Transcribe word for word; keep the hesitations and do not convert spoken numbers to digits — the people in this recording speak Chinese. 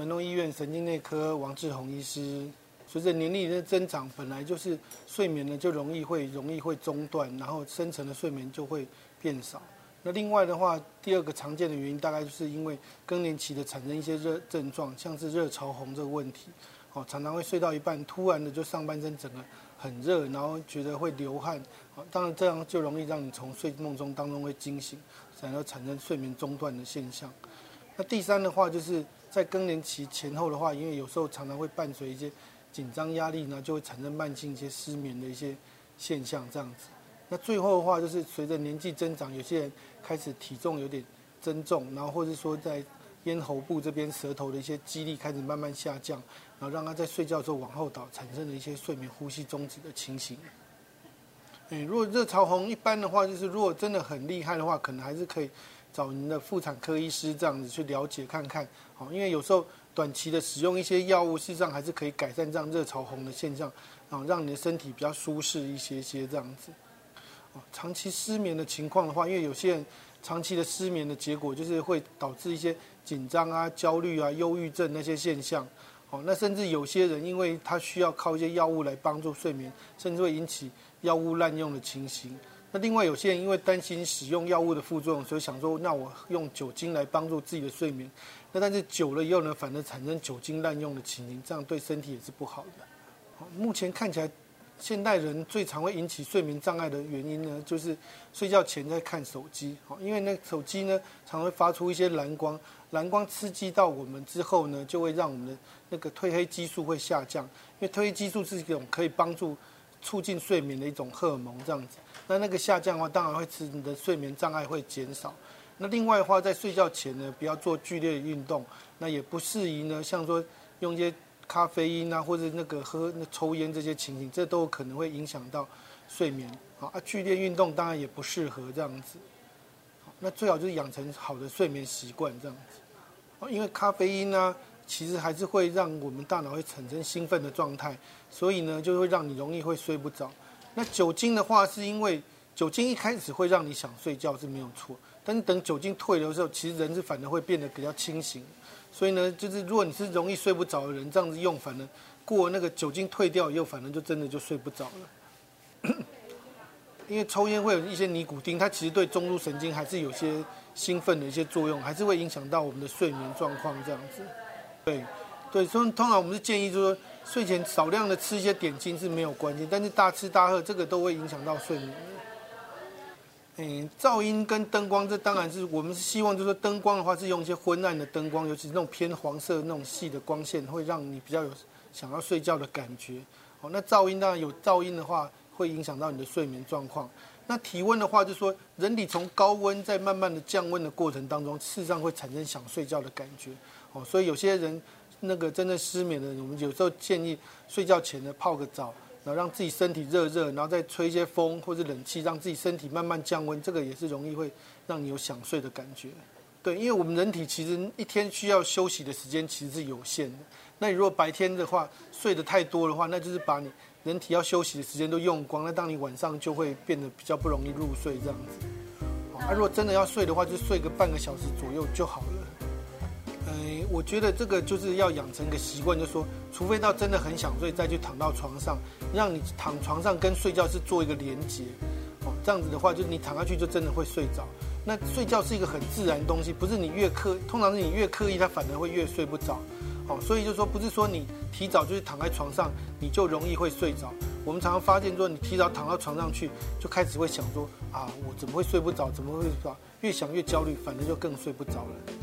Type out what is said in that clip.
门诺医院神经内科王志宏医师。随着年龄的增长，本来就是睡眠呢就容易会容易会中断，然后深层的睡眠就会变少。那另外的话，第二个常见的原因大概就是因为更年期的产生一些热症状，像是热潮红这个问题，哦，常常会睡到一半，突然的就上半身整个很热，然后觉得会流汗，哦，当然这样就容易让你从睡梦中当中会惊醒，然后产生睡眠中断的现象。那第三的话，就是在更年期前后的话，因为有时候常常会伴随一些紧张压力呢，就会产生慢性一些失眠的一些现象，这样子。那最后的话，就是随着年纪增长，有些人开始体重有点增重，然后或者说在咽喉部这边舌头的一些肌力开始慢慢下降，然后让他在睡觉的时候往后倒，产生了一些睡眠呼吸中止的情形。嗯，如果热潮红一般的话，就是如果真的很厉害的话，可能还是可以找您的妇产科医师这样子去了解看看，好，因为有时候短期的使用一些药物，事实上还是可以改善这样热潮红的现象，啊，让你的身体比较舒适一些些这样子。长期失眠的情况的话，因为有些人长期的失眠的结果就是会导致一些紧张啊、焦虑啊、忧郁症那些现象。哦，那甚至有些人因为他需要靠一些药物来帮助睡眠，甚至会引起药物滥用的情形。那另外有些人因为担心使用药物的副作用，所以想说，那我用酒精来帮助自己的睡眠。那但是久了以后呢，反而产生酒精滥用的情形，这样对身体也是不好的。好，目前看起来，现代人最常会引起睡眠障碍的原因呢，就是睡觉前在看手机。好，因为那手机呢，常会发出一些蓝光，蓝光刺激到我们之后呢，就会让我们的那个褪黑激素会下降。因为褪黑激素是一种可以帮助促进睡眠的一种荷尔蒙，这样子。那那个下降的话，当然会使你的睡眠障碍会减少。那另外的话，在睡觉前呢，不要做剧烈的运动，那也不适宜呢，像说用一些咖啡因啊，或者那个喝那抽烟这些情形，这都有可能会影响到睡眠。好啊，剧烈运动当然也不适合这样子。好，那最好就是养成好的睡眠习惯这样子。因为咖啡因呢，其实还是会让我们大脑会产生兴奋的状态，所以呢，就会让你容易会睡不着。那酒精的话，是因为酒精一开始会让你想睡觉是没有错，但是等酒精退了的时候，其实人是反而会变得比较清醒。所以呢，就是如果你是容易睡不着的人，这样子用，反而过那个酒精退掉以后，反正就真的就睡不着了。因为抽烟会有一些尼古丁，它其实对中枢神经还是有些兴奋的一些作用，还是会影响到我们的睡眠状况这样子。对，对，所以通常我们是建议就是说，睡前少量的吃一些点心是没有关系，但是大吃大喝这个都会影响到睡眠。嗯，噪音跟灯光，这当然是我们是希望，就是说灯光的话是用一些昏暗的灯光，尤其是那种偏黄色那种细的光线，会让你比较有想要睡觉的感觉。哦，那噪音当然有噪音的话，会影响到你的睡眠状况。那体温的话，就是说人体从高温在慢慢的降温的过程当中，事实上会产生想睡觉的感觉。哦，所以有些人那个真正失眠的人，我们有时候建议睡觉前呢泡个澡。然后让自己身体热热，然后再吹一些风或者冷气，让自己身体慢慢降温，这个也是容易会让你有想睡的感觉。对，因为我们人体其实一天需要休息的时间其实是有限的。那你如果白天的话睡得太多的话，那就是把你人体要休息的时间都用光，那当你晚上就会变得比较不容易入睡这样子。啊，如果真的要睡的话，就睡个半个小时左右就好了。呃，我觉得这个就是要养成一个习惯，就是说，除非到真的很想睡，再去躺到床上，让你躺床上跟睡觉是做一个连结，哦，这样子的话，就是你躺下去就真的会睡着。那睡觉是一个很自然的东西，不是你越刻，通常是你越刻意，它反而会越睡不着。哦，所以就是说，不是说你提早就是躺在床上，你就容易会睡着。我们常常发现说，你提早躺到床上去，就开始会想说，啊，我怎么会睡不着？怎么会睡不着？越想越焦虑，反而就更睡不着了。